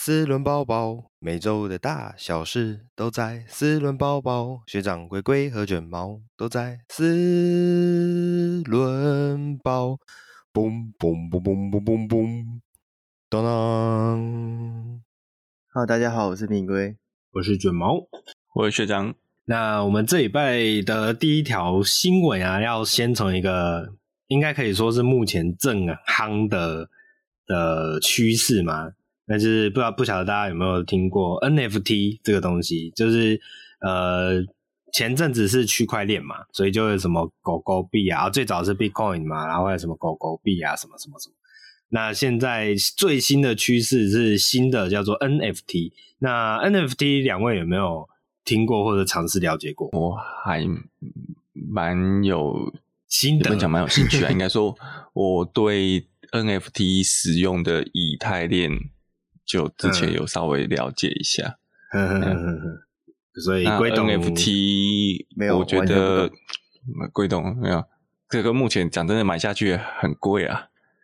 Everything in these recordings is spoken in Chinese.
四轮宝宝，每周的大小事都在四轮宝宝。学长龟龟和卷毛都在四轮宝。嘣嘣嘣嘣嘣嘣嘣，当当。 Hello，大家好，我是平龟， 我是卷毛， 我是学长。 那我们这礼拜的第一条新闻啊，要先从一个应该可以说是目前正夯的趋势嘛，那就是不晓得大家有没有听过 NFT 这个东西，就是前阵子是区块链嘛，所以就有什么狗狗币啊，最早是 Bitcoin 嘛，然后还有什么狗狗币啊，什么什么什么。那现在最新的趋势是新的叫做 NFT。那 NFT 两位有没有听过或者尝试了解过？ 我还蛮有心得， 也不能讲蛮有兴趣啊，应该说我对 NFT 使用的以太链就之前有稍微了解一下。 所以龟董 NFT 没有， 我觉得龟董没有，这个目前讲真的买下去很贵啊。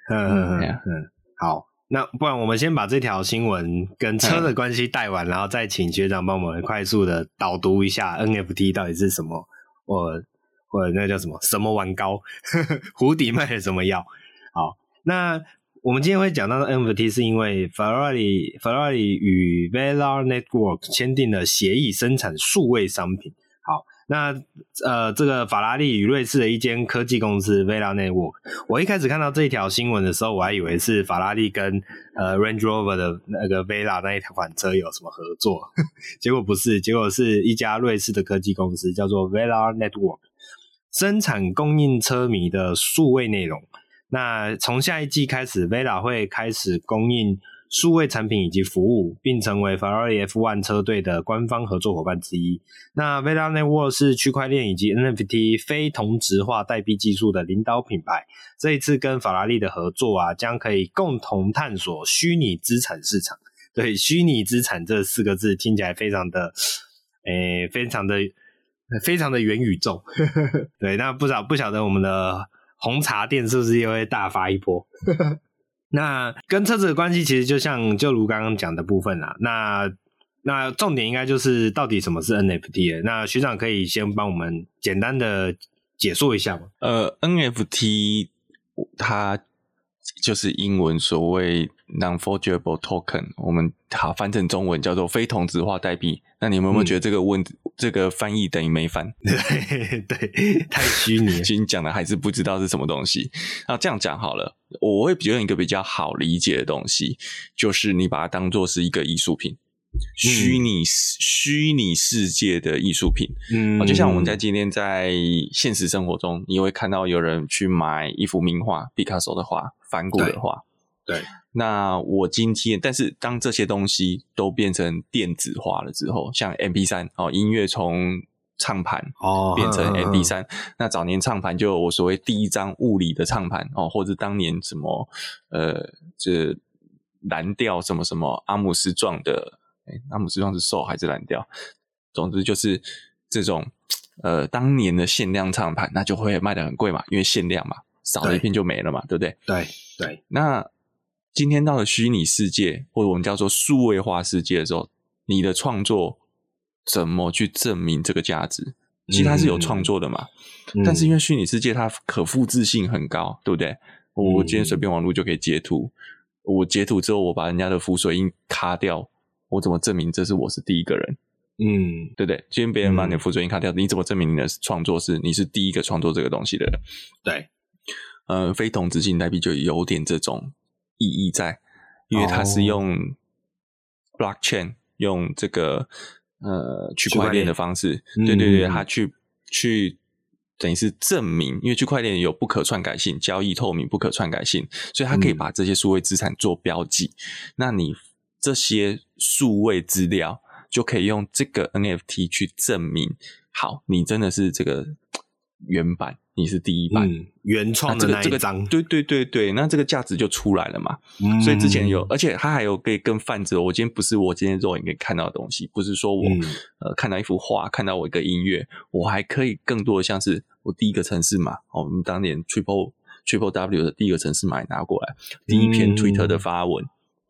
好，那不然我们先把这条新闻跟车的关系带完，然后再请学长帮我们快速的导读一下 NFT 到底是什么，或者那叫什么什么丸膏湖底卖了什么药。好，那我们今天会讲到的 NFT 是因为 Ferrari 与 Velar Network 签订了协议，生产数位商品。好，那这个法拉利与瑞士的一间科技公司 Velar Network， 我一开始看到这一条新闻的时候，我还以为是法拉利跟Range Rover 的那个 Velar 那一款车有什么合作，结果不是，结果是一家瑞士的科技公司叫做 Velar Network， 生产供应车迷的数位内容。那从下一季开始 Velar 会开始供应数位产品以及服务，并成为 Ferrari F1 车队的官方合作伙伴之一。那 Velar Network 是区块链以及 NFT 非同质化代币技术的领导品牌。这一次跟法拉利的合作啊，将可以共同探索虚拟资产市场。对，虚拟资产这4个字听起来非常的元宇宙。对，那不晓得我们的红茶店是不是又会大发一波？那跟车子的关系其实就如刚刚讲的部分啦。那重点应该就是到底什么是 NFT 了。那学长可以先帮我们简单的解说一下吗 ？NFT 它就是英文所谓 non-fungible token， 我们好翻成中文叫做非同质化代币。那你们有没有觉得这个翻译等于没翻？ 对，太虚拟了。 其实你讲的还是不知道是什么东西。那这样讲好了，我会觉得一个比较好理解的东西，就是你把它当作是一个艺术品。虚拟世界的艺术品，就像我们今天在现实生活中，你会看到有人去买一幅名画，毕卡索的画，梵谷的画， 对。 那我今天，但是当这些东西都变成电子化了之后，像 MP3 音乐从唱盘变成 MP3，那早年唱盘就有我所谓第一张物理的唱盘或者当年什么这蓝调什么什么阿姆斯壮的。阿姆斯壮是瘦还是蓝调？总之就是这种当年的限量唱盘，那就会卖得很贵嘛，因为限量嘛，少了一片就没了嘛，对不对？ 对。 那今天到了虚拟世界，或者我们叫做数位化世界的时候，你的创作怎么去证明这个价值？其实它是有创作的嘛，但是因为虚拟世界它可复制性很高，对不对？我今天随便网络就可以截图，我截图之后我把人家的浮水印卡掉。我怎么证明这是我是第一个人？对不对？今天别人把你的浮水印卡掉，你怎么证明你的创作是你是第一个创作这个东西的人？ 对， 非同质性代币就有点这种意义在，因为它是用 blockchain 用这个区块链的方式，对，它去等于是证明，因为区块链有不可篡改性，交易透明不可篡改性，所以它可以把这些数位资产做标记。那你这些数位资料就可以用这个 NFT 去证明，好，你真的是这个原版，你是第一版， 原创的那一张， 对，那这个价值就出来了嘛。所以之前有，而且它还有可以跟泛指，我今天肉眼可以看到的东西，不是说我看到一幅画，看到我一个音乐，我还可以更多的像是我第一个程式码，我们当年 Triple W 的第一个程式码拿过来，第一篇 Twitter 的发文。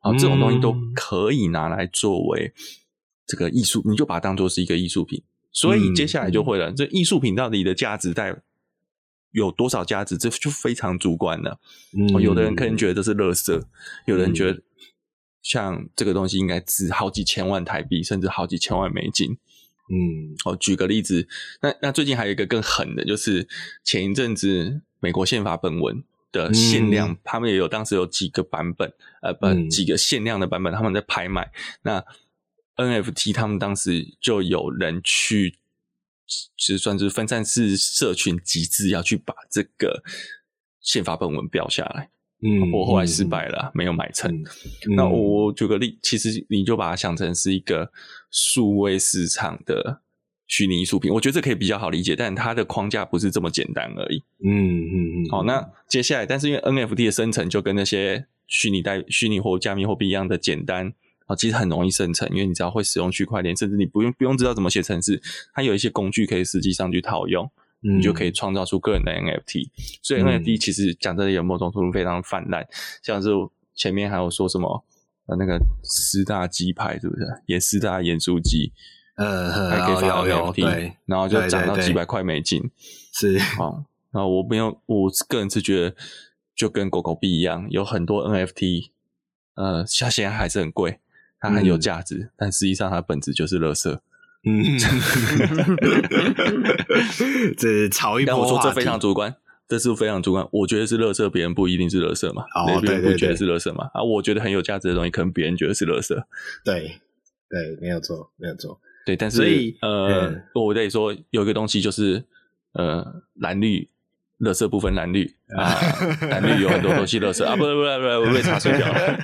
这种东西都可以拿来作为这个艺术，你就把它当作是一个艺术品。所以接下来就会了，这艺术品到底的价值有多少价值，这就非常主观了。有的人可能觉得这是垃圾，有的人觉得像这个东西应该值好几千万台币，甚至好几千万美金。举个例子，那最近还有一个更狠的，就是前一阵子美国宪法本文的限量，他们也有当时有几个版本，几个限量的版本，他们在拍卖。那 NFT 他们当时就有人去，就算是分散式社群集资，要去把这个宪法本文标下来。我后来失败了，没有买成。那我举个例，其实你就把它想成是一个数位市场的虚拟艺术品，我觉得这可以比较好理解，但它的框架不是这么简单而已。好，那接下来，但是因为 NFT 的生成就跟那些虚拟或加密货币一样的简单，其实很容易生成，因为你只要会使用区块链，甚至你不用知道怎么写程式，它有一些工具可以实际上去套用。你就可以创造出个人的 NFT， 所以 NFT 其实讲真的有某种程度非常泛滥，像是前面还有说什么那个10大鸡排是不是？也10大盐酥鸡，还可以发 NFT， 然后就涨到几百块美金， 是然后我个人是觉得就跟狗狗币一样，有很多 NFT，像现在还是很贵，它很有价值，但实际上它本质就是垃圾。 这炒一波， 但我说这非常主观，这是非常主观。我觉得是垃圾，别人不一定是垃圾嘛。别人不觉得是垃圾嘛？我觉得很有价值的东西，可能别人觉得是垃圾。 对，没有错。 对，但是我得说有一个东西就是蓝绿，垃圾不分蓝绿蓝绿有很多东西垃圾不，我被查水表了。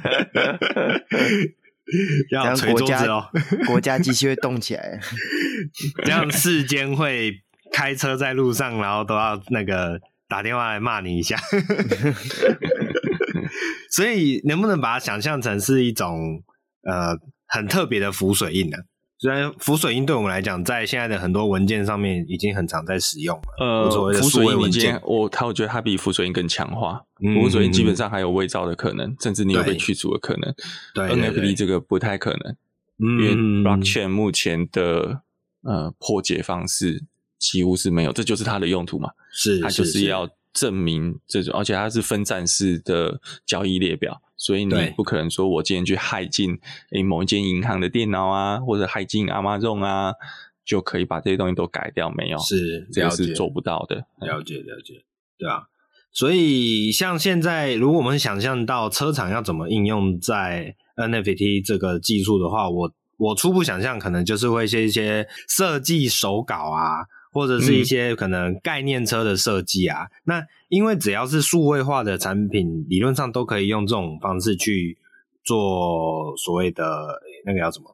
要捶桌子哦， 国家机器会动起来。 这样世间会开车在路上，然后都要那个打电话来骂你一下。所以能不能把它想象成是一种很特别的浮水印呢？虽然浮水印对我们来讲，在现在的很多文件上面已经很常在使用了。所谓的数位文件， 我觉得它比浮水印更强化。浮水印基本上还有伪造的可能，甚至你有被去除的可能。NFT 这个不太可能，因为 blockchain 目前的破解方式几乎是没有，这就是它的用途嘛。它就是要证明这种，而且它是分散式的交易列表。所以你不可能说我今天去骇进某一间银行的电脑啊，或者骇进 Amazon 啊，就可以把这些东西都改掉，没有，这个是做不到的。 了解，对啊。所以像现在，如果我们想象到车厂要怎么应用在 NFT 这个技术的话，我初步想象可能就是会是一些设计手稿啊，或者是一些可能概念车的设计啊。那因为只要是数位化的产品，理论上都可以用这种方式去做所谓的那个叫什么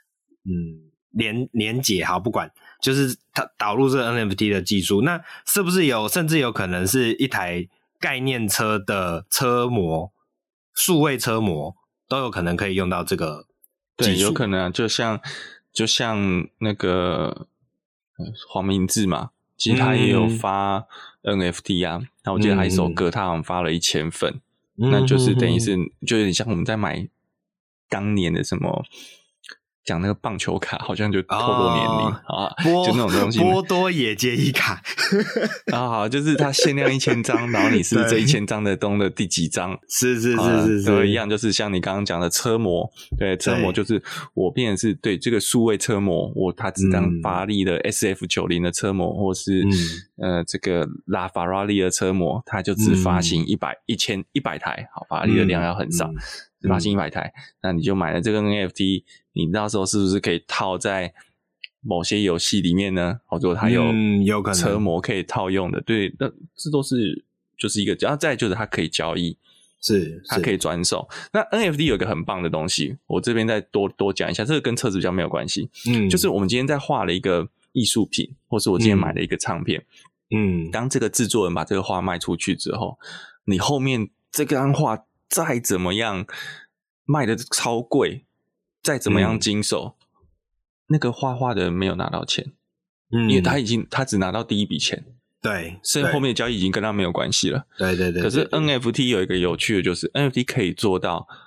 连结，好不管，就是它导入这个 NFT 的技术，那是不是甚至有可能是一台概念车的车模，数位车模都有可能可以用到这个技术？ 对，有可能啊，就像那个黄明志嘛，其实他也有发 NFT 啊。那我记得他一首歌，他好像发了1000份，那就是等于是就有点像我们在买当年的什么。讲那个棒球卡好像就透露年龄就那种东西， 波多野结衣卡好，就是它限量1000张，然后你是这1000张的中的第几张？ 是都一样，就是像你刚刚讲的车模，对，车模就是我变成是对这个数位车模，它只当法拉利的 SF90 的车模，或是这个拉法拉利的车模，它就只发行100台，好，法拉利的量要很少。发行100台，那你就买了这个 NFT， 你到时候是不是可以套在某些游戏里面呢？如果它有车模可以套用的，对，那这都是就是一个，然后再就是它可以交易，它可以转手。那 NFT 有一个很棒的东西，我这边再多讲一下，这个跟车子比较没有关系，就是我们今天在画了一个艺术品，或是我今天买了一个唱片，当这个制作人把这个画卖出去之后，你后面这张画再怎么样卖的超贵，再怎么样经手，那个画的人没有拿到钱，因为他只拿到第一笔钱， 对， 所以后面的交易已经跟他没有关系了。 对。 可是 NFT 有一个有趣的就是 NFT 可以做到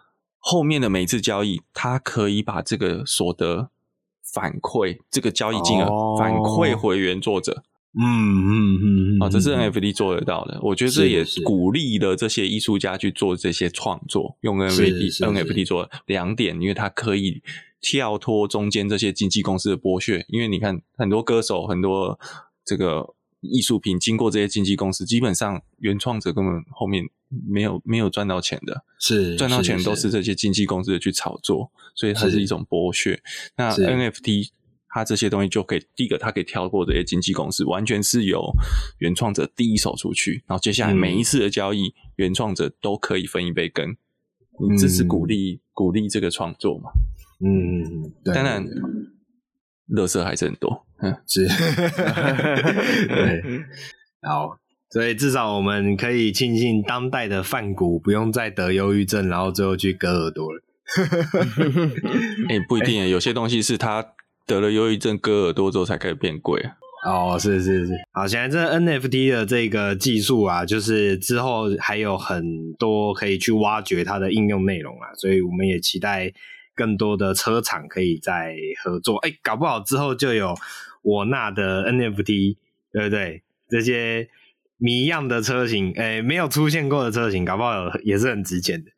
后面的每一次交易，它可以把这个所得反馈，这个交易金额反馈回原作者。这是 NFT 做得到的。我觉得这也鼓励了这些艺术家去做这些创作，用 NFT 做2点，因为它可以跳脱中间这些经纪公司的剥削。因为你看很多歌手，很多这个艺术品经过这些经纪公司，基本上原创者根本后面没有赚到钱的，赚到钱都是这些经纪公司的去炒作，所以它是一种剥削。那 NFT 它这些东西就可以，第一个它可以跳过这些经纪公司，完全是由原创者第一手出去，然后接下来每一次的交易，原创者都可以分一杯羹。这是鼓励这个创作嘛？当然，垃圾还是很多。 是，对，好，所以至少我们可以庆幸当代的梵谷不用再得忧郁症，然后最后去割耳朵了。 不一定，有些东西是他得了忧郁症割耳朵之后才开始变贵。 是。好，现在这 NFT 的这个技术啊，就是之后还有很多可以去挖掘它的应用内容啊，所以我们也期待更多的车厂可以再合作。搞不好之后就有我纳的 NFT， 对不对？这些谜样的车型，没有出现过的车型，搞不好也是很值钱的。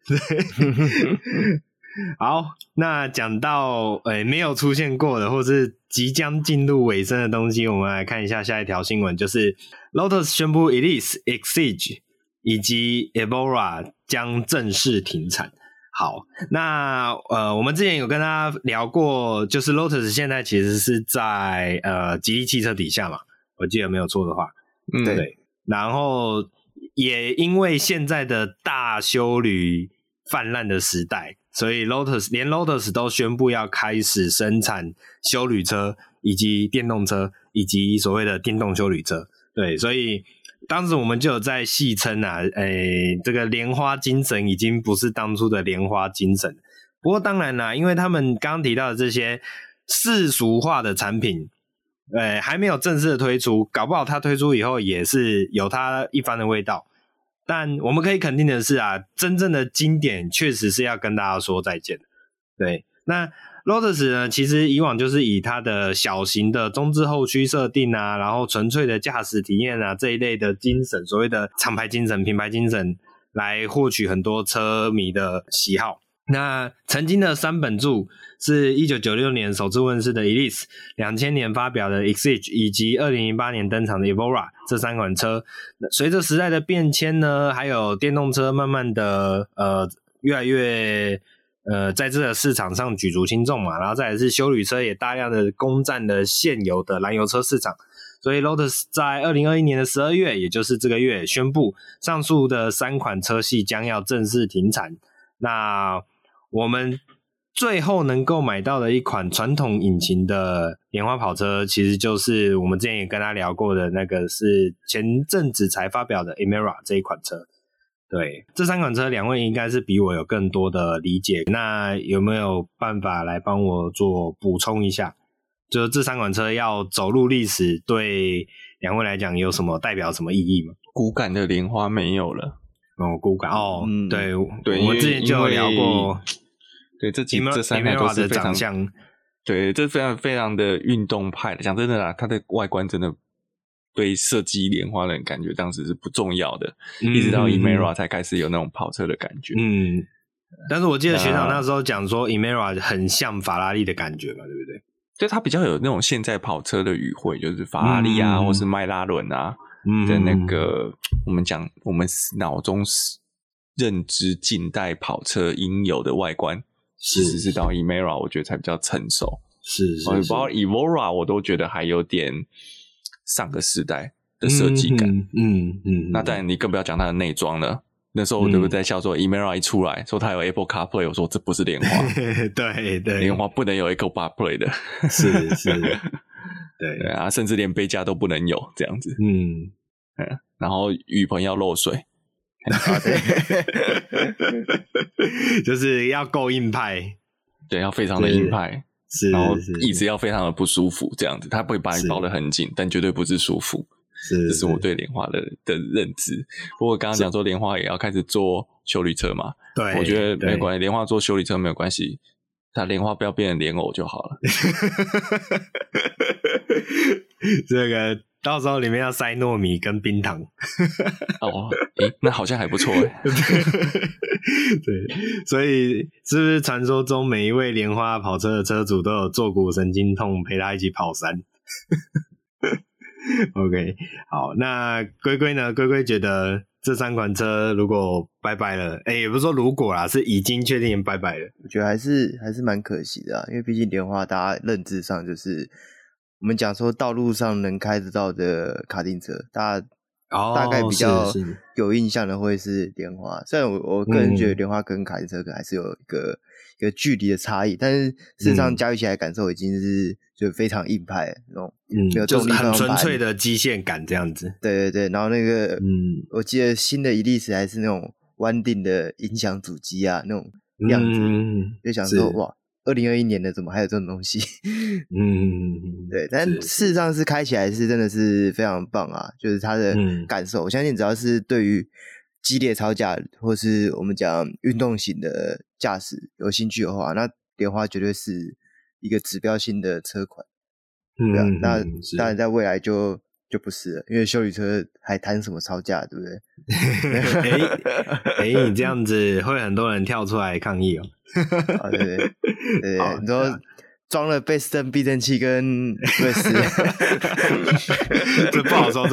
好，那讲到没有出现过的或是即将进入尾声的东西，我们来看一下下一条新闻，就是 Lotus 宣布 Elise、Exige 以及 Evora 将正式停产。好，那我们之前有跟大家聊过，就是 Lotus 现在其实是在吉利汽车底下嘛，我记得没有错的话，对。然后也因为现在的大休旅泛滥的时代，所以连 Lotus 都宣布要开始生产休旅车以及电动车以及所谓的电动休旅车。对，所以当时我们就有在戏称啊，这个莲花精神已经不是当初的莲花精神。不过当然啦，因为他们刚刚提到的这些世俗化的产品，还没有正式的推出，搞不好它推出以后也是有它一番的味道。但我们可以肯定的是啊，真正的经典确实是要跟大家说再见的。对，那 Lotus 呢，其实以往就是以它的小型的中置后驱设定啊，然后纯粹的驾驶体验啊这一类的精神，所谓的厂牌精神、品牌精神，来获取很多车迷的喜好。那曾经的三本柱是1996年首次问世的 Elise， 2000年发表的 Exige， 以及2008年登场的 Evora 这三款车。随着时代的变迁呢，还有电动车慢慢的越来越在这个市场上举足轻重嘛，然后再来是休旅车也大量的攻占了现有的燃油车市场。所以 Lotus 在2021年的12月，也就是这个月宣布上述的三款车系将要正式停产。那我们最后能够买到的一款传统引擎的莲花跑车，其实就是我们之前也跟他聊过的那个是前阵子才发表的 Emera 这一款车。对，这三款车两位应该是比我有更多的理解，那有没有办法来帮我做补充一下？就是这三款车要走入历史，对两位来讲有什么代表什么意义吗？ 骨感的莲花没有了。 骨感对，我们之前就有聊过， 对这三台都是非常像， 对，这非常非常的运动派的。讲真的啦，它的外观真的对设计莲花的人感觉当时是不重要的，一直到 Emera 才开始有那种跑车的感觉。 但是我记得学长那时候讲说 Emera 很像法拉利的感觉嘛，对不对？ 就它比较有那种现在跑车的语汇，就是法拉利啊，或是迈拉伦啊。的那个我们脑中认知近代跑车应有的外观，其实是到 Emera 我觉得才比较成熟。 是包括 Evora 我都觉得还有点上个时代的设计感。那当然你更不要讲它的内装了。那时候我对不对在笑说 Emera 一出来说它有 Apple CarPlay， 我说这不是莲花。 对， 莲花不能有 Apple CarPlay 的。 是对啊，甚至连杯架都不能有这样子。然后雨棚要漏水。 就是要够硬派。 对，要非常的硬派。 是， 然后椅子要非常的不舒服这样子，它不会把你包得很紧，但绝对不是舒服。这是我对莲花的认知。不过刚刚讲说莲花也要开始做休旅车嘛。 对， 我觉得没关系，莲花做休旅车没有关系，它莲花不要变成莲藕就好了。 这个到时候里面要塞糯米跟冰糖。 哦，那好像还不错哎。 对，所以是不是传说中每一位莲花跑车的车主都有坐骨神经痛陪他一起跑山？OK， 好，那龟龟呢？龟龟觉得这3款车如果拜拜了，也不是说如果啦，是已经确定拜拜了。 我觉得还是蛮可惜的因为毕竟莲花大家认知上就是我们讲说道路上能开得到的卡丁车，大概比较有印象的会是莲花。虽然我个人觉得莲花跟卡丁车可能还是有一个距离的差异，但是事实上驾驭起来感受已经是就非常硬派那种， 就是很纯粹的机械感这样子。 对对对，然后那个我记得新的Elise还是那种弯定的音响主机啊那种样子，就想说哇，2021年的怎么还有这种东西？对，但事实上是开起来是真的是非常棒啊，就是它的感受，我相信只要是对于激烈超驾或是我们讲运动型的驾驶有兴趣的话，那莲花绝对是一个指标性的车款。对啊，那当然在未来就不是了，因为休旅车还谈什么超价，对不对？ 你这样子会很多人跳出来抗议哦。 对对对，你说装了贝斯登避震器跟瑞斯， 这不好说。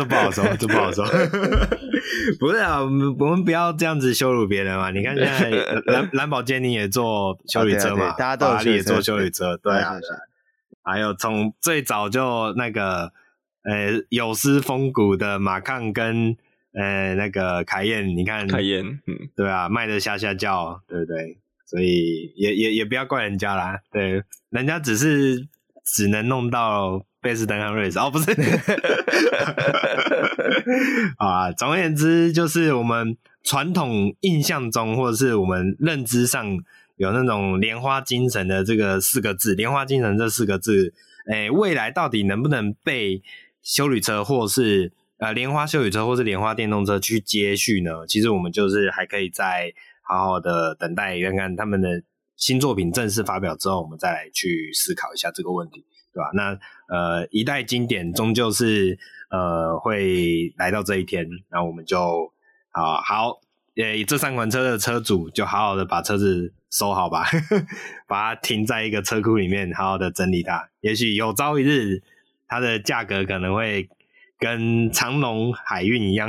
不是啊，我们不要这样子羞辱别人嘛。你看现在兰博基尼也做休旅车嘛， 大家都有也做休旅车，对啊。还有从最早就那个有失风骨的马抗跟那个凯宴，你看凯宴， 对啊，卖的下叫，对不对？所以也不要怪人家啦，对，人家只能弄到贝斯登和瑞斯不是啊，总而言之就是我们传统印象中或者是我们认知上有那种莲花精神的这个4个字，莲花精神这4个字未来到底能不能被休旅车或是莲花休旅车或是莲花电动车去接续呢？其实我们就是还可以再好好的等待看看他们的新作品正式发表之后，我们再来去思考一下这个问题，对吧？那一代经典终究是会来到这一天，那我们就好这3款车的车主就好好的把车子收好吧把它停在一个车库里面好好的整理它，也许有朝一日它的价格可能会跟长荣海运一样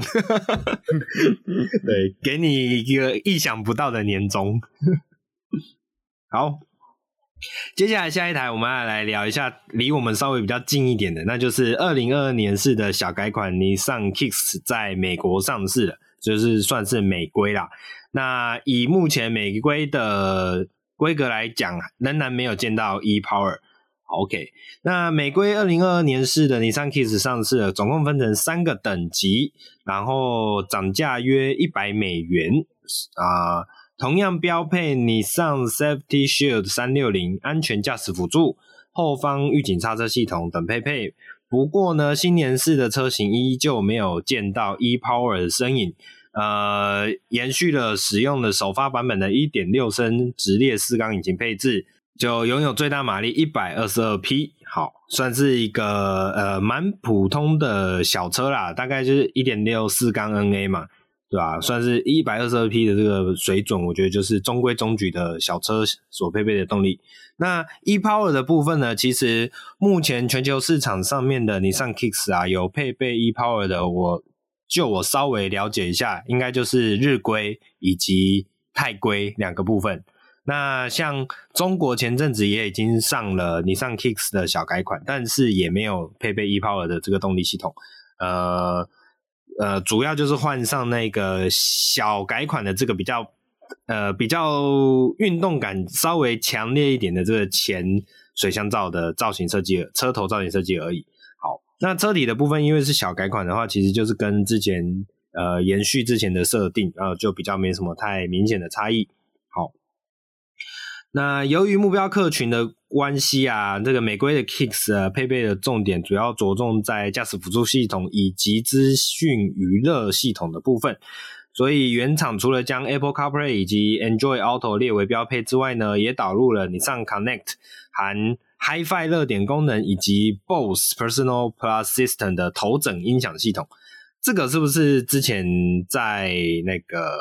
对，给你一个意想不到的年终好，接下来下一台我们要来聊一下离我们稍微比较近一点的，那就是2022年式的小改款 Nissan Kicks 在美国上市了，就是算是美规啦。那以目前美规的规格来讲，仍然没有见到 e-Power。OK， 那美规2022年式的 Nissan Kicks 上市了，总共分成3个等级，然后涨价约$100同样标配 Nissan Safety Shield 360安全驾驶辅助、后方预警刹车系统等配备。不过呢，新年式的车型依旧没有见到 e-Power 的身影，延续了使用的首发版本的 1.6 升直列4缸引擎配置，就拥有最大马力122匹，好，算是一个蛮普通的小车啦，大概就是 1.6 4缸 NA 嘛，对吧？算是122匹的这个水准，我觉得就是中规中矩的小车所配备的动力。那 e-Power 的部分呢，其实目前全球市场上面的 Nissan Kicks 有配备 e-Power 的，我稍微了解一下，应该就是日规以及泰规2个部分。那像中国前阵子也已经上了 Nissan Kicks 的小改款，但是也没有配备 e-Power 的这个动力系统。主要就是换上那个小改款的这个比较运动感稍微强烈一点的这个前水箱罩的造型设计，车头造型设计而已。好，那车体的部分因为是小改款的话，其实就是跟之前延续之前的设定，就比较没什么太明显的差异。好，那由于目标客群的关系这个美规的 Kicks 配备的重点主要着重在驾驶辅助系统以及资讯娱乐系统的部分。 所以原厂除了将 Apple CarPlay 以及 Android Auto 列为标配之外呢，也导入了Nissan Connect 含 Hi-Fi 热点功能以及 Bose Personal Plus System 的头枕音响系统。这个是不是之前在那个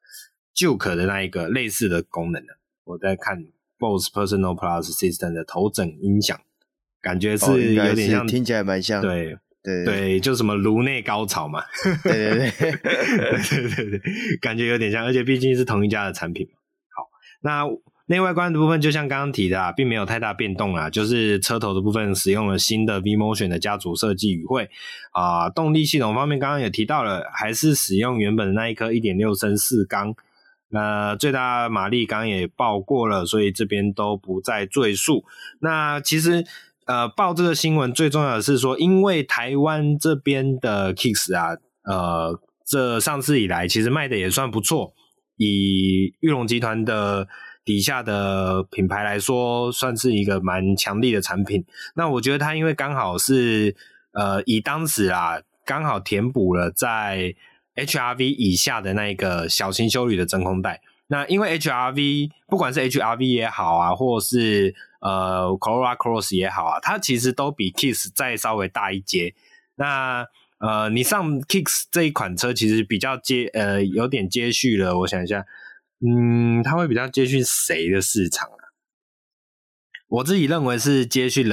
Juke 的那一个类似的功能呢？我在看 Bose Personal Plus System 的头枕音响，感觉是有点像， 听起来蛮像， 对，就什么颅内高潮嘛， 对， 对，感觉有点像，而且毕竟是同一家的产品嘛。好，那内外观的部分就像刚刚提的并没有太大变动啦，就是车头的部分使用了新的 V-Motion 的家族设计语汇动力系统方面刚刚也提到了，还是使用原本的那一颗 1.6 升4缸，那最大马力刚刚也报过了，所以这边都不再赘述。那其实报这个新闻最重要的是说，因为台湾这边的 Kicks 这上市以来其实卖的也算不错，以裕隆集团的底下的品牌来说，算是一个蛮强力的产品。那我觉得它因为刚好是以当时刚好填补了在 HRV 以下的那一个小型休旅的真空带。那因为 HRV 不管是 HRV 也好或是Corolla Cross 也好它其实都比 Kicks 再稍微大一阶。那你上 Kicks 这一款车其实比较有点接续了，我想一下，它会比较接续谁的市场我自己认为是接续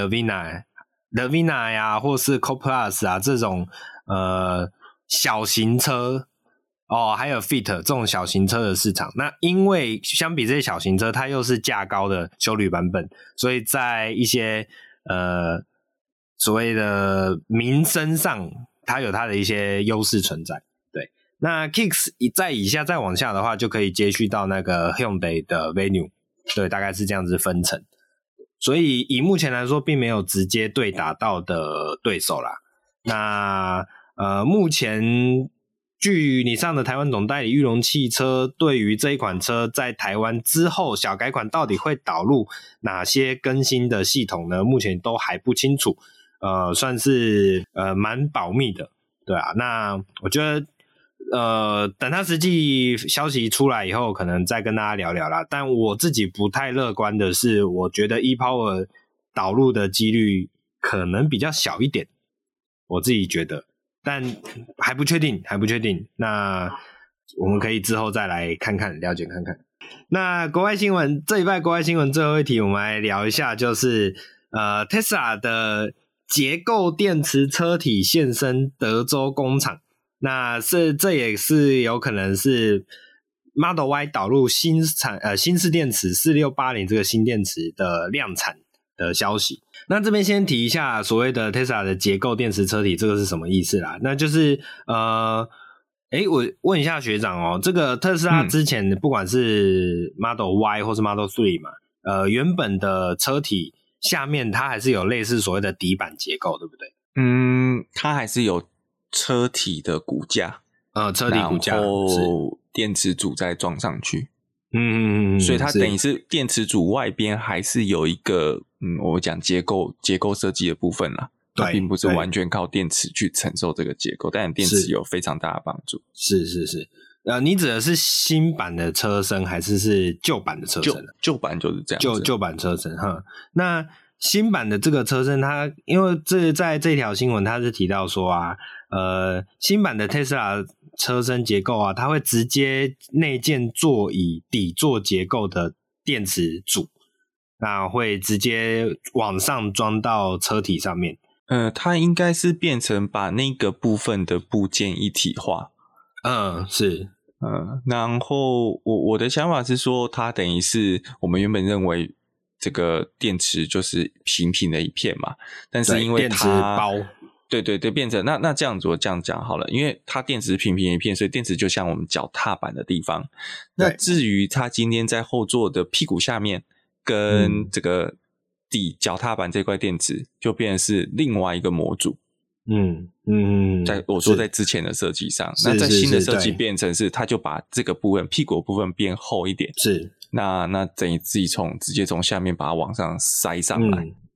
Lavina 呀，或是 Co-Plus 这种小型车还有 Fit 这种小型车的市场。那因为相比这些小型车，它又是价高的休旅版本，所以在一些所谓的民生上，它有它的一些优势存在。对，那 Kicks 在以下再往下的话，就可以接续到那个 Hyundai 的 Venue， 对，大概是这样子分成。所以以目前来说，并没有直接对打到的对手啦。那目前据你上的台湾总代理裕隆汽车，对于这一款车在台湾之后小改款到底会导入哪些更新的系统呢？目前都还不清楚，算是蛮保密的，对啊。那我觉得等它实际消息出来以后，可能再跟大家聊聊啦。但我自己不太乐观的是，我觉得 ePower 导入的几率可能比较小一点，我自己觉得。但还不确定。那我们可以之后再来看看，了解看看。那国外新闻，这礼拜国外新闻最后一题，我们来聊一下，就是Tesla 的结构电池车体现身德州工厂。那这也是有可能是 Model Y 导入新式电池4680这个新电池的量产的消息。那这边先提一下所谓的 Tesla 的结构电池车体，这个是什么意思啦？那就是我问一下学长这个特斯拉之前不管是 Model Y 或是 Model 3嘛，原本的车体下面它还是有类似所谓的底板结构，对不对？ 它还是有车体的骨架， 车体骨架， 然后电池组再装上去。所以它等于是电池组外边还是有一个我讲结构设计的部分啦，它并不是完全靠电池去承受这个结构，但电池有非常大的帮助。是你指的是新版的车身还是旧版的车身？ 旧版就是这样子， 旧版车身哈。那新版的这个车身，它因为在这条新闻它是提到说新版的 Tesla 车身结构它会直接内建座椅底座结构的电池组，那会直接往上装到车体上面。 它应该是变成把那个部分的部件一体化。 是。 然后我的想法是说，它等于是我们原本认为这个电池就是平平的一片嘛，但是因为它电池包， 对，变成那这样子，我这样讲好了，因为它电池平平一片，所以电池就像我们脚踏板的地方。那至于它今天在后座的屁股下面跟这个脚踏板这块电池，就变成是另外一个模组。在我说在之前的设计上，那在新的设计变成是，它就把这个部分屁股部分变厚一点。 是。 那等于直接从下面把它往上塞上来。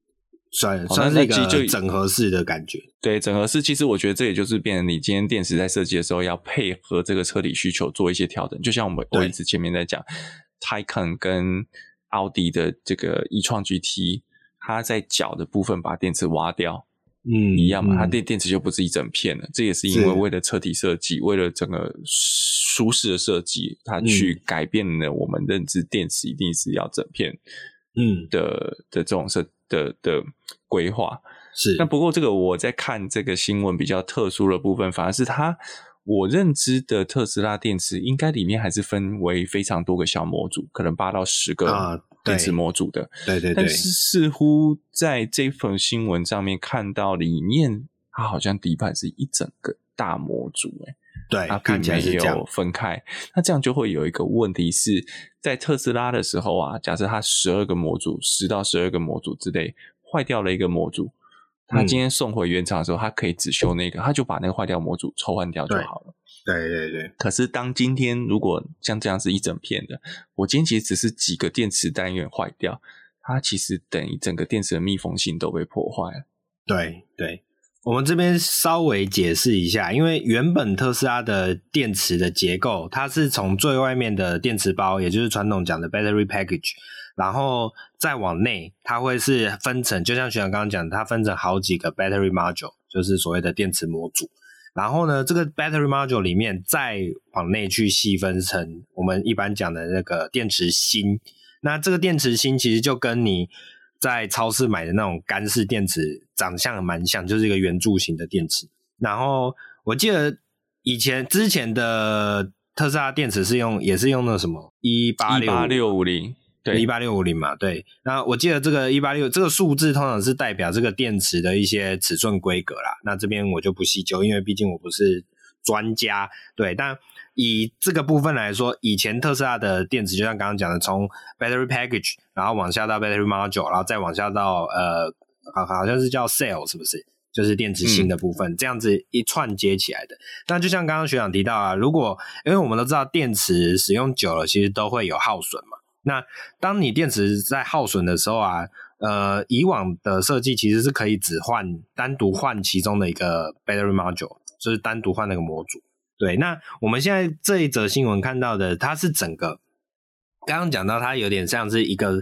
算是一个整合式的感觉。 对，整合式其实我觉得这也就是变成你今天电池在设计的时候要配合这个车体需求做一些调整。就像我一直前面在讲 Taycan 跟奥迪的这个e-tron GT， 它在脚的部分把电池挖掉，一样嘛，它电池就不是一整片了。这也是因为了车体设计，为了整个舒适的设计，它去改变了我们认知电池一定是要整片的这种的规划。 是， 但不过这个我在看这个新闻比较特殊的部分，反而是我认知的特斯拉电池应该里面还是分为非常多个小模组，可能8到10个电池模组的。 对。 但是似乎在这份新闻上面看到里面，它好像底盘是一整个大模组对， 它并没有分开。那这样就会有一个问题是，在特斯拉的时候啊，假设它10到12个模组之类坏掉了一个模组，他今天送回原厂的时候，他可以只修那个，他就把那个坏掉模组抽换掉就好了。 对。 可是当今天如果像这样是一整片的，我今天其实只是几个电池单元坏掉，它其实等于整个电池的密封性都被破坏了。 对，我们这边稍微解释一下，因为原本特斯拉的电池的结构，它是从最外面的电池包，也就是传统讲的 battery package， 然后再往内，它会是分成，就像学长刚刚讲的，它分成好几个 battery module， 就是所谓的电池模组。然后呢，这个 battery module 里面再往内去细分成我们一般讲的那个电池芯。那这个电池芯其实就跟你在超市买的那种干式电池长相蛮像，就是一个圆柱形的电池。然后我记得之前的特斯拉电池也是用那什么18650，对18650嘛，对。那我记得这个186这个数字通常是代表这个电池的一些尺寸规格啦。那这边我就不细究，因为毕竟我不是专家，对。但以这个部分来说，以前特斯拉的电池就像刚刚讲的，从 battery package 然后往下到 battery module， 然后再往下到好像是叫 cell， 是不是？就是电池芯的部分，这样子一串接起来的。那就像刚刚学长提到啊，因为我们都知道电池使用久了其实都会有耗损嘛。那当你电池在耗损的时候啊，以往的设计其实是可以单独换其中的一个 battery module， 就是单独换那个模组。对，那我们现在这一则新闻看到的，它是整个刚刚讲到它有点像是一个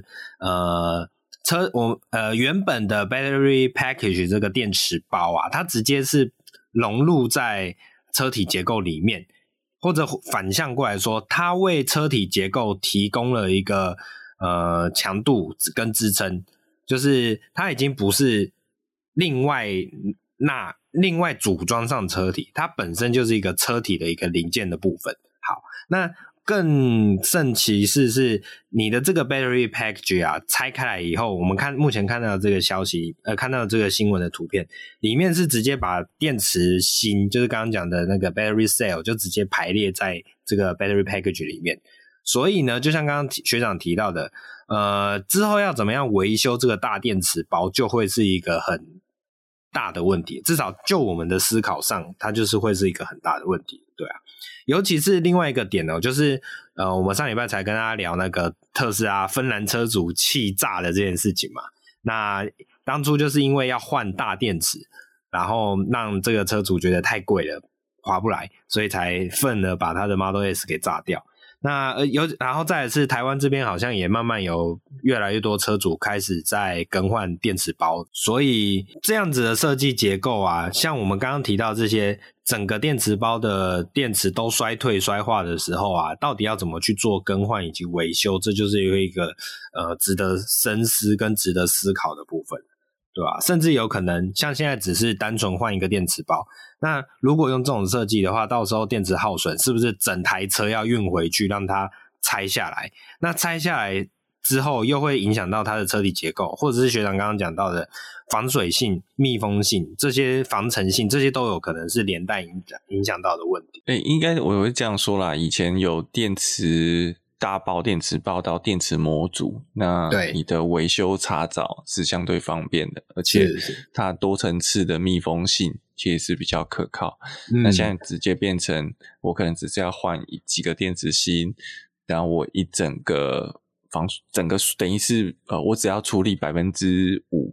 原本的 battery package 这个电池包啊，它直接是融入在车体结构里面，或者反向过来说，它为车体结构提供了一个强度跟支撑，就是它已经不是另外组装上车体，它本身就是一个车体的一个零件的部分。好，那更甚其是你的这个 battery package 啊，拆开来以后，我们目前看到这个消息，看到这个新闻的图片，里面是直接把电池芯，就是刚刚讲的那个 battery cell， 就直接排列在这个 battery package 里面。所以呢，就像刚刚学长提到的，之后要怎么样维修这个大电池包，就会是一个很大的问题，至少就我们的思考上，它就是会是一个很大的问题，对啊。尤其是另外一个点哦，就是我们上礼拜才跟大家聊那个特斯拉芬兰车主气炸的这件事情嘛。那当初就是因为要换大电池，然后让这个车主觉得太贵了，划不来，所以才愤而把他的 Model S 给炸掉。那然后再来是台湾这边好像也慢慢有越来越多车主开始在更换电池包，所以这样子的设计结构啊，像我们刚刚提到这些整个电池包的电池都衰退衰化的时候啊，到底要怎么去做更换以及维修，这就是有一个值得深思跟值得思考的部分，对吧？甚至有可能像现在只是单纯换一个电池包，那如果用这种设计的话，到时候电池耗损是不是整台车要运回去让它拆下来？那拆下来之后又会影响到它的车体结构，或者是学长刚刚讲到的防水性、密封性，这些防尘性，这些都有可能是连带影响到的问题。 应该我会这样说啦，以前有电池大包电池包到电池模组，那你的维修查找是相对方便的，而且它多层次的密封性其实是比较可靠。那现在直接变成我可能只是要换几个电池芯，然后我一整个等于是我只要处理 5%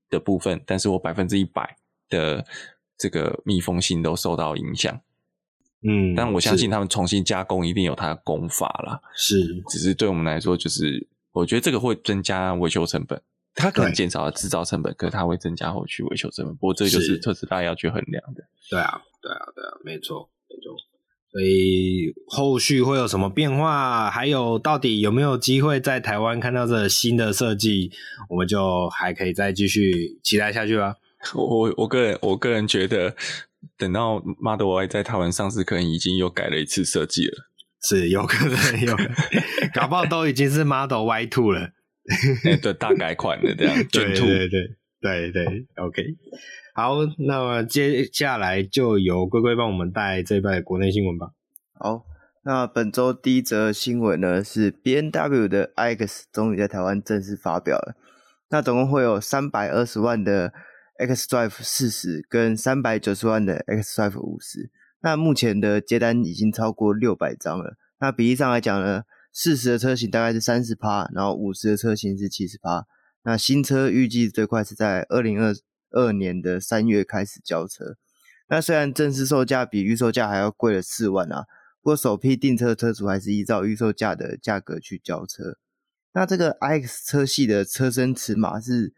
的部分，但是我100%的这个密封性都受到影响。但我相信他们重新加工一定有它的工法啦， 是， 只是对我们来说，就是我觉得这个会增加维修成本，它可能减少了制造成本，可是它会增加后续维修成本。不过这就是特斯拉要去衡量的。 对啊，没错。所以后续会有什么变化？还有到底有没有机会在台湾看到这新的设计？我们就还可以再继续期待下去吧。 我个人觉得，等到 Model Y 在台湾上市，可能已经又改了一次设计了。 是有可能，搞不好都已经是 Model Y2 了。 对，大改款的这样。 对 ，OK。好，那么接下来就由龟龟帮我们带这一拜的国内新闻吧。 好，那本周第一则新闻呢是 BMW 的 iX 终于在台湾正式发表了。那总共会有320万的 xDrive 40跟390万的 xDrive 50。那目前的接单已经超过600张了。那比例上来讲呢，40的车型大概是 30%， 然后50的车型是 70%。那新车预计最快是在2022年的3月开始交车。那虽然正式售价比预售价还要贵了4万啊，不过首批订车车主还是依照预售价的价格去交车。那这个 iX 车系的车身尺码是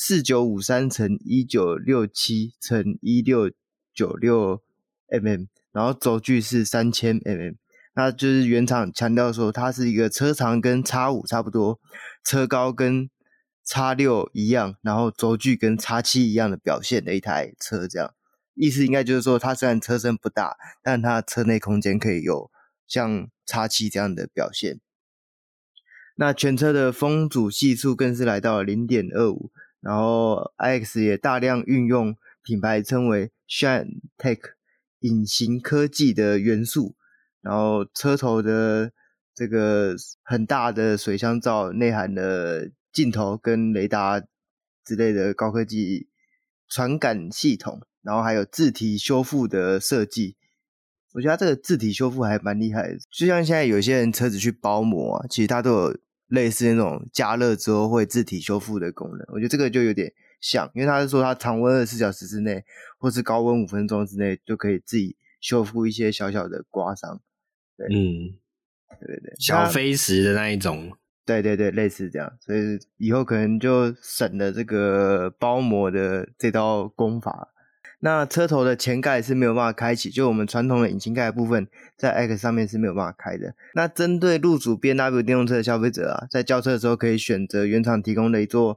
4953×1967×1696mm， 然后轴距是 3000mm。 那就是原厂强调说它是一个车长跟 X5 差不多，车高跟 X6 一样，然后轴距跟 X7 一样的表现的一台车，这样意思应该就是说它虽然车身不大，但它车内空间可以有像 X7 这样的表现。那全车的风阻系数更是来到了 0.25， 然后 iX 也大量运用品牌称为 Shine Tech 隐形科技的元素，然后车头的这个很大的水箱罩内含了镜头跟雷达之类的高科技传感系统，然后还有字体修复的设计。我觉得它这个字体修复还蛮厉害的，就像现在有些人车子去包膜啊，其实它都有类似那种加热之后会字体修复的功能。我觉得这个就有点像，因为它是说它常温24小时之内或是高温5分钟之内就可以自己修复一些小小的刮伤。对，对， 小飞石的那一种。 对，类似这样，所以以后可能就省了这个包膜的这道工法。那车头的前盖是没有办法开启，就我们传统的引擎盖的部分在 iX 上面是没有办法开的。那针对入主 BMW 电动车的消费者啊，在交车的时候可以选择原厂提供的一座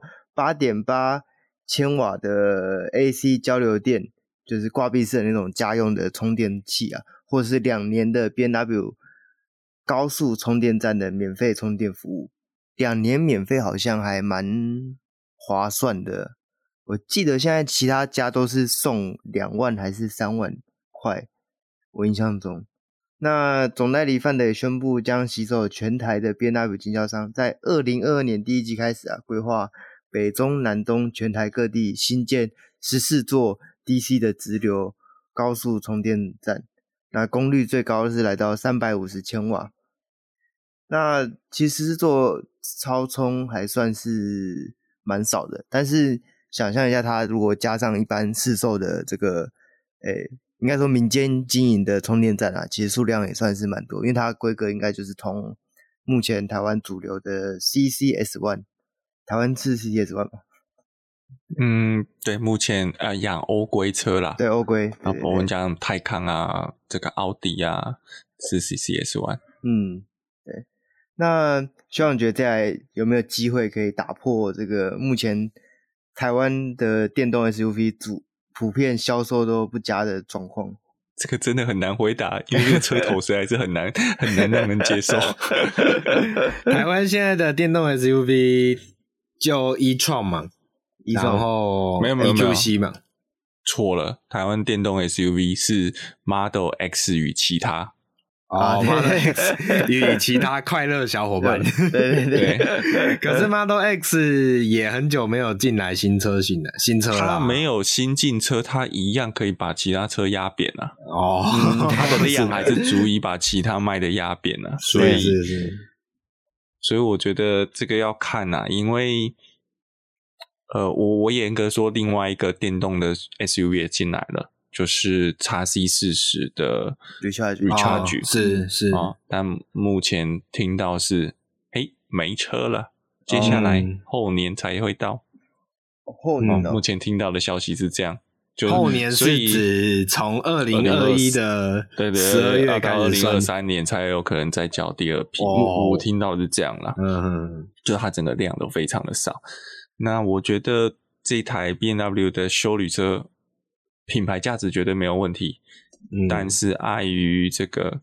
8.8 千瓦的 AC 交流电，就是挂壁式的那种家用的充电器啊，或者是2年的 BMW 高速充电站的免费充电服务。2年免费好像还蛮划算的，我记得现在其他家都是送2万还是3万块，我印象中。那总代理范德也宣布将携手全台的 BMW 经销商，在2022年第一季开始规划北中南东全台各地新建14座 DC 的直流高速充电站，那功率最高是来到350千瓦。那其实做超充还算是蛮少的，但是想象一下它如果加上一般市售的这个应该说民间经营的充电站啊，其实数量也算是蛮多，因为它规格应该就是同目前台湾主流的 CCS1， 台湾是 CCS1 吗？ 对，目前养欧规车啦， 对，欧规， 然后我们讲泰康啊，这个奥迪啊是 CCS1。 对。那希望觉得这台有没有机会可以打破这个目前台湾的电动 SUV 普遍销售都不佳的状况？ 这个真的很难回答，因为这个车头实在是很难让人接受。 台湾现在的电动 SUV 就e-tron 嘛，然后没有 EQC 嘛， 错了，台湾电动 SUV 是 Model X 与其他。 Model X 与其他快乐小伙伴。 对。 可是 Model X 也很久没有进来新车啦。 它没有新进车，它一样可以把其他车压扁啊。它的量还是足以把其他卖的压扁啊。所以我觉得这个要看啊，因为我严格说，另外一个电动的 SUV 也进来了，就是 XC40的 Recharge， 是但目前听到是没车了，接下来后年才会到。 后年目前听到的消息是这样。 后年是指从2021的12月开始算 ，2023年才有可能再交第二批。我听到是这样啦，就它整个量都非常的少。那我觉得这台 BMW 的休旅车品牌价值绝对没有问题，但是碍于这个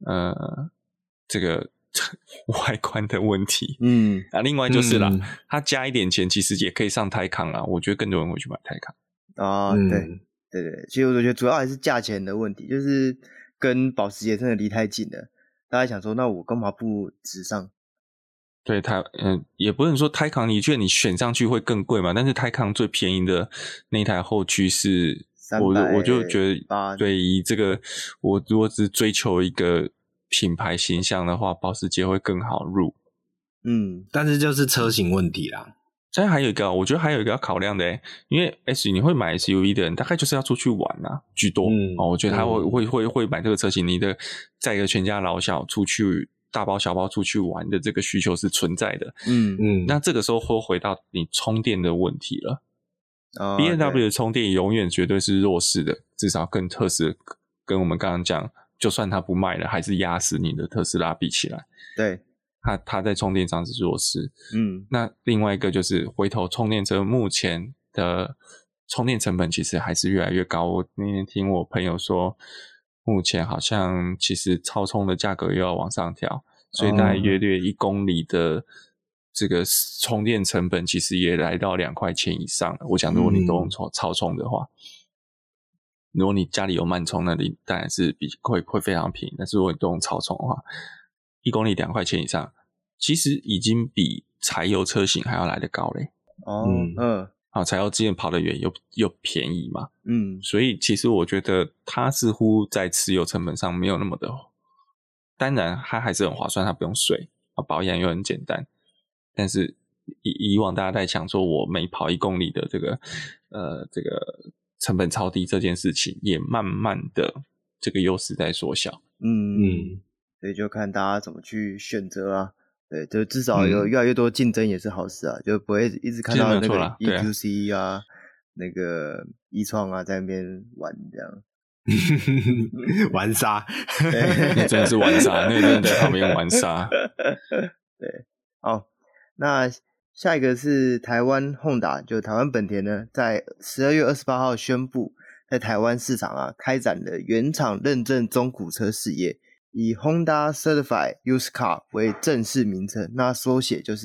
外观的问题，另外就是啦，它加一点钱其实也可以上Taycan啦，我觉得更多人会去买Taycan。 对，其实我觉得主要还是价钱的问题，就是跟保时捷真的离太近了。大家想说，那我干嘛不直上？ 对，也不能说Taycan，你觉得你选上去会更贵嘛？但是Taycan最便宜的那台后驱是，我就觉得，对，以这个我如果只追求一个品牌形象的话，保时捷会更好入。 但是就是车型问题啦。 但还有一个，我觉得还有一个要考量的，因为你会买 SUV 的人，大概就是要出去玩啊居多。我觉得他会买这个车型，你的载一个全家老小出去大包小包出去玩的这个需求是存在的。那这个时候会回到你充电的问题了。BMW 的充电永远绝对是弱势的，至少跟特斯拉跟我们刚刚讲，就算它不卖了，还是压死你的特斯拉比起来。 对。 它在充电上是弱势。那另外一个就是回头充电车目前的充电成本其实还是越来越高。我那天听我朋友说，目前好像其实超充的价格又要往上调，所以大概约略1公里的这个充电成本其实也来到2块钱以上了。我想如果你都用超充的话，如果你家里有慢充，那你当然是会非常便宜，但是如果你都用超充的话，1公里2块钱以上，其实已经比柴油车型还要来得高嘞。柴油之前跑得远又便宜嘛。所以其实我觉得它似乎在持有成本上没有那么的，当然它还是很划算，它不用税，保养又很简单。但是以往大家在讲说我每跑1公里的这个成本超低这件事情，也慢慢的这个优势在缩小。 所以就看大家怎么去选择啊。对，就至少有越来越多竞争也是好事啊，就不会一直看到那个 EQC 啊，那个e-tron啊在那边玩这样。 玩沙， 那真的是玩沙，那个真的在旁边玩沙。 对，好，那下一个是台湾 Honda， 就台湾本田呢，在12月28号宣布，在台湾市场啊开展了原厂认证中古车事业。以 Honda Certified Used Car 为正式名称，那缩写就是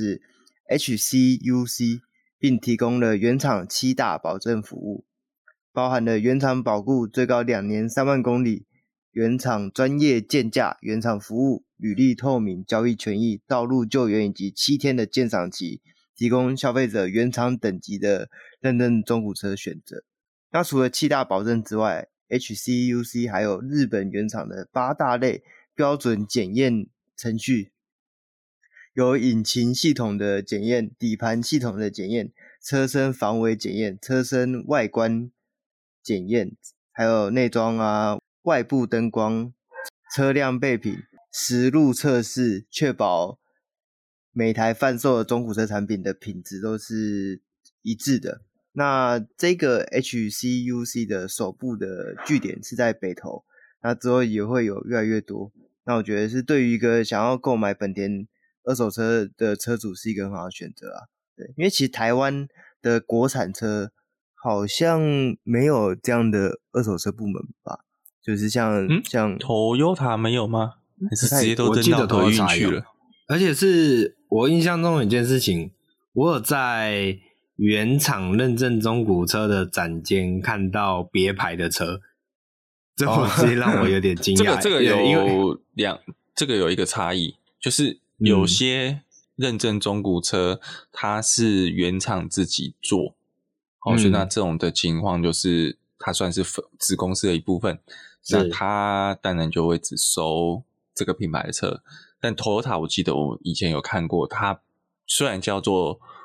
HCUC， 并提供了原厂7大保证服务，包含了原厂保固最高2年3万公里，原厂专业鉴价、原厂服务、履历透明、交易权益、道路救援以及7天的鉴赏期，提供消费者原厂等级的认证中古车选择。那除了7大保证之外， HCUC 还有日本原厂的8大类标准检验程序，有引擎系统的检验、底盘系统的检验、车身防伪检验、车身外观检验，还有内装啊、外部灯光、车辆备品、实路测试，确保每台贩售的中古车产品的品质都是一致的。那这个 HCUC 的首部的据点是在北投，那之后也会有越来越多。那我觉得是对于一个想要购买本田二手车的车主是一个很好的选择啊。对，因为其实台湾的国产车好像没有这样的二手车部门吧，就是像 Toyota 没有吗？还是直接都扔到合运去了？ 而且是我印象中有一件事情，我有在原厂认证中古车的展间看到别牌的车，这直接让我有点惊讶。 这个有一个差异，就是有些认证中古车它是原厂自己做，所以那这种的情况就是它算是子公司的一部分，那它当然就会只收这个品牌的车。但 Toyota 我记得我以前有看过，它虽然叫做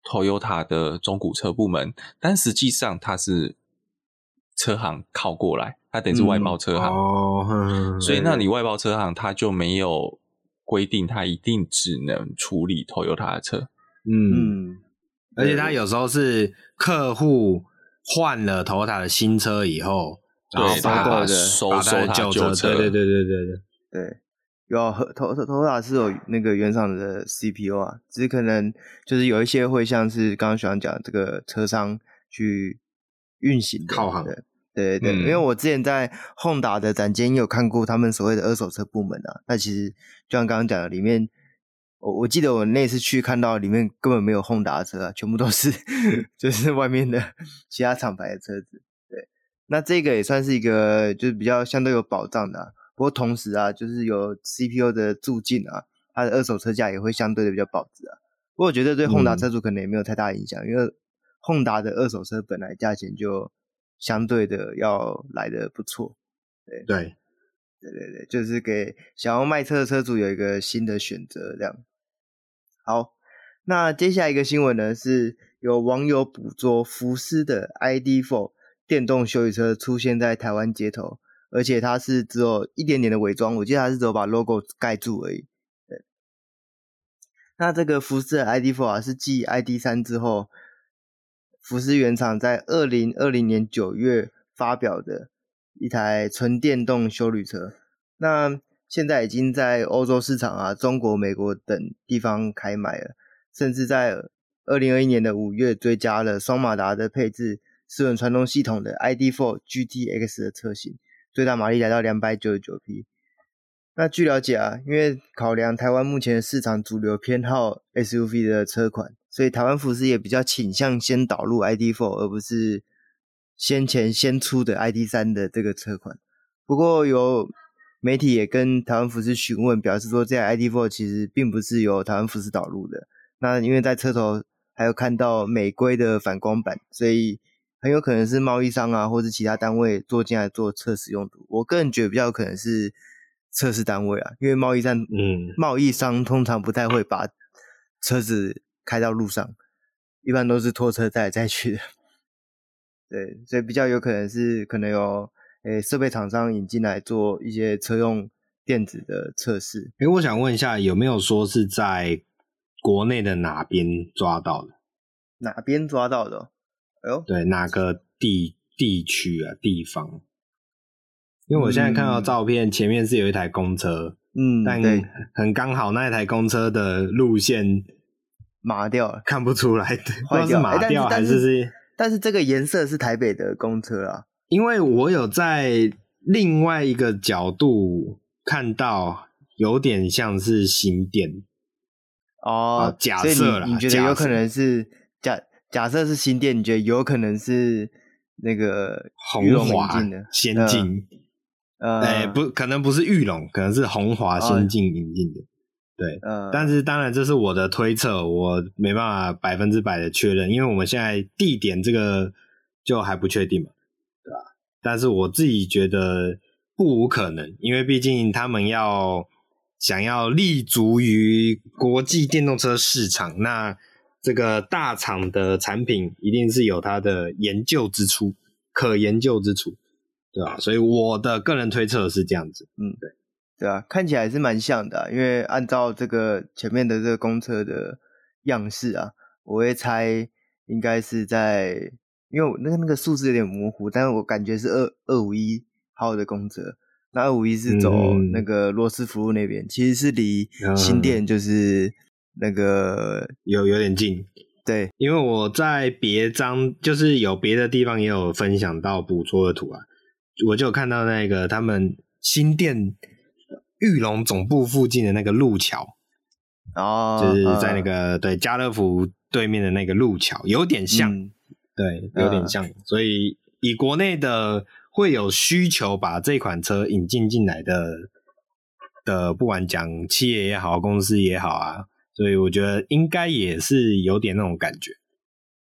Toyota 的中古车部门，但实际上它是车行靠过来，它等于是外包车行，所以那你外包车行它就没有规定它一定只能处理 Toyota 的车。 而且它有时候是客户换了 Toyota 的新车以后，然后把收他的旧车。 对，有Toyota 是有那个原厂的 CPO 啊，只是可能就是有一些会像是刚刚学长讲这个车商去运行的靠行。 对，因为我之前在 Honda 的展间也有看过他们所谓的二手车部门啊，那其实就像刚刚讲的，里面我记得我那次去看到里面根本没有 Honda 的车啊，全部都是就是外面的其他厂牌的车子。对，那这个也算是一个就是比较相对有保障的啊。不过同时啊，就是有 CPO 的助进啊，它的二手车价也会相对的比较保值啊。不过我觉得对 Honda 车主可能也没有太大影响，因为 Honda 的二手车本来价钱就相对的要来的不错。对，就是给想要卖车的车主有一个新的选择这样。好，那接下来一个新闻呢，是有网友捕捉福斯的 ID.4 电动休旅车出现在台湾街头，而且它是只有一点点的伪装，我记得它是只有把 logo 盖住而已。对，那这个福斯的 ID.4 啊，是继 ID.3 之后，福斯原厂在2020年9月发表的一台纯电动休旅车。那现在已经在欧洲市场啊、中国、美国等地方开卖了，甚至在2021年的5月追加了双马达的配置、4轮传动系统的 ID.4 GTX 的车型，最大马力来到299匹。那据了解啊，因为考量台湾目前的市场主流偏好 SUV 的车款，所以台湾福斯也比较倾向先导入 ID.4 而不是先出的 ID.3 的这个车款。不过有媒体也跟台湾福斯询问，表示说这台 ID.4 其实并不是由台湾福斯导入的。那因为在车头还有看到美规的反光板，所以很有可能是贸易商啊，或是其他单位做进来做测试用途。我个人觉得比较有可能是测试单位啊，因为贸易商通常不太会把车子开到路上，一般都是拖车载去的。对，所以比较有可能是可能有设备厂商引进来做一些车用电子的测试。 我想问一下，有没有说是在国内的哪边抓到的？ 哪边抓到的？ 对，哪个地区啊，地方？因为我现在看到照片，前面是有一台公车，但很刚好那一台公车的路线麻掉了， 看不出来，不知道是麻掉还是但是这个颜色是台北的公车啊。 因为我有在另外一个角度看到，有点像是新店假设啦， 你觉得有可能是假设是新店，你觉得有可能是那个鸿华先进？不，可能不是裕隆，可能是鸿华先进引进的。对，但是当然这是我的推测，我没办法100%的确认，因为我们现在地点这个就还不确定嘛，对吧？但是我自己觉得不无可能，因为毕竟他们想要立足于国际电动车市场，那这个大厂的产品一定是有它的可研究之处，对吧？所以我的个人推测是这样子。 对啊，看起来是蛮像的因为按照这个前面的这个公车的样式啊，我会猜应该是在，因为我那个数字有点模糊，但是我感觉是251号的公车。那251是走那个罗斯福路那边，其实是离新店就是那个有点近。 对， 因为我在别章就是有别的地方也有分享到捕捉的图啊，我就有看到那个他们新店裕隆总部附近的那个路桥就是在那个对家乐福对面的那个路桥，有点像，对，有点像，所以以国内的会有需求把这款车引进来的，不管讲企业也好，公司也好啊，所以我觉得应该也是有点那种感觉。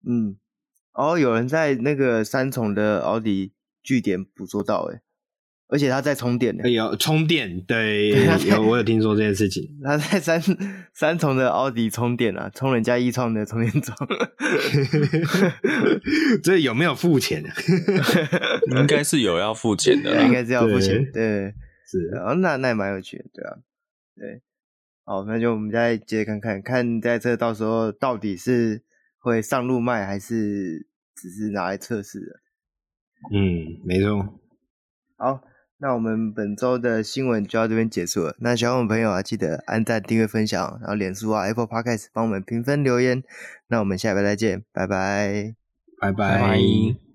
有人在那个三重的奥迪据点捕捉到而且它在充电的， 有充电，对，我有听说这件事情。 它在三重的奥迪充电啊，充人家一创的充电桩。 这有没有付钱？ 应该是有要付钱的啦， 应该是要付钱，对， 是， 那也蛮有趣的，对啊，对，好，那就我们再接着看这台车到时候到底是会上路卖，还是只是拿来测试的。 没错。 好，那我们本周的新闻就到这边结束了。那喜欢我们朋友啊，记得按赞、订阅、分享，然后脸书啊、Apple Podcast 帮我们评分留言。那我们下礼拜再见，拜拜， 拜拜。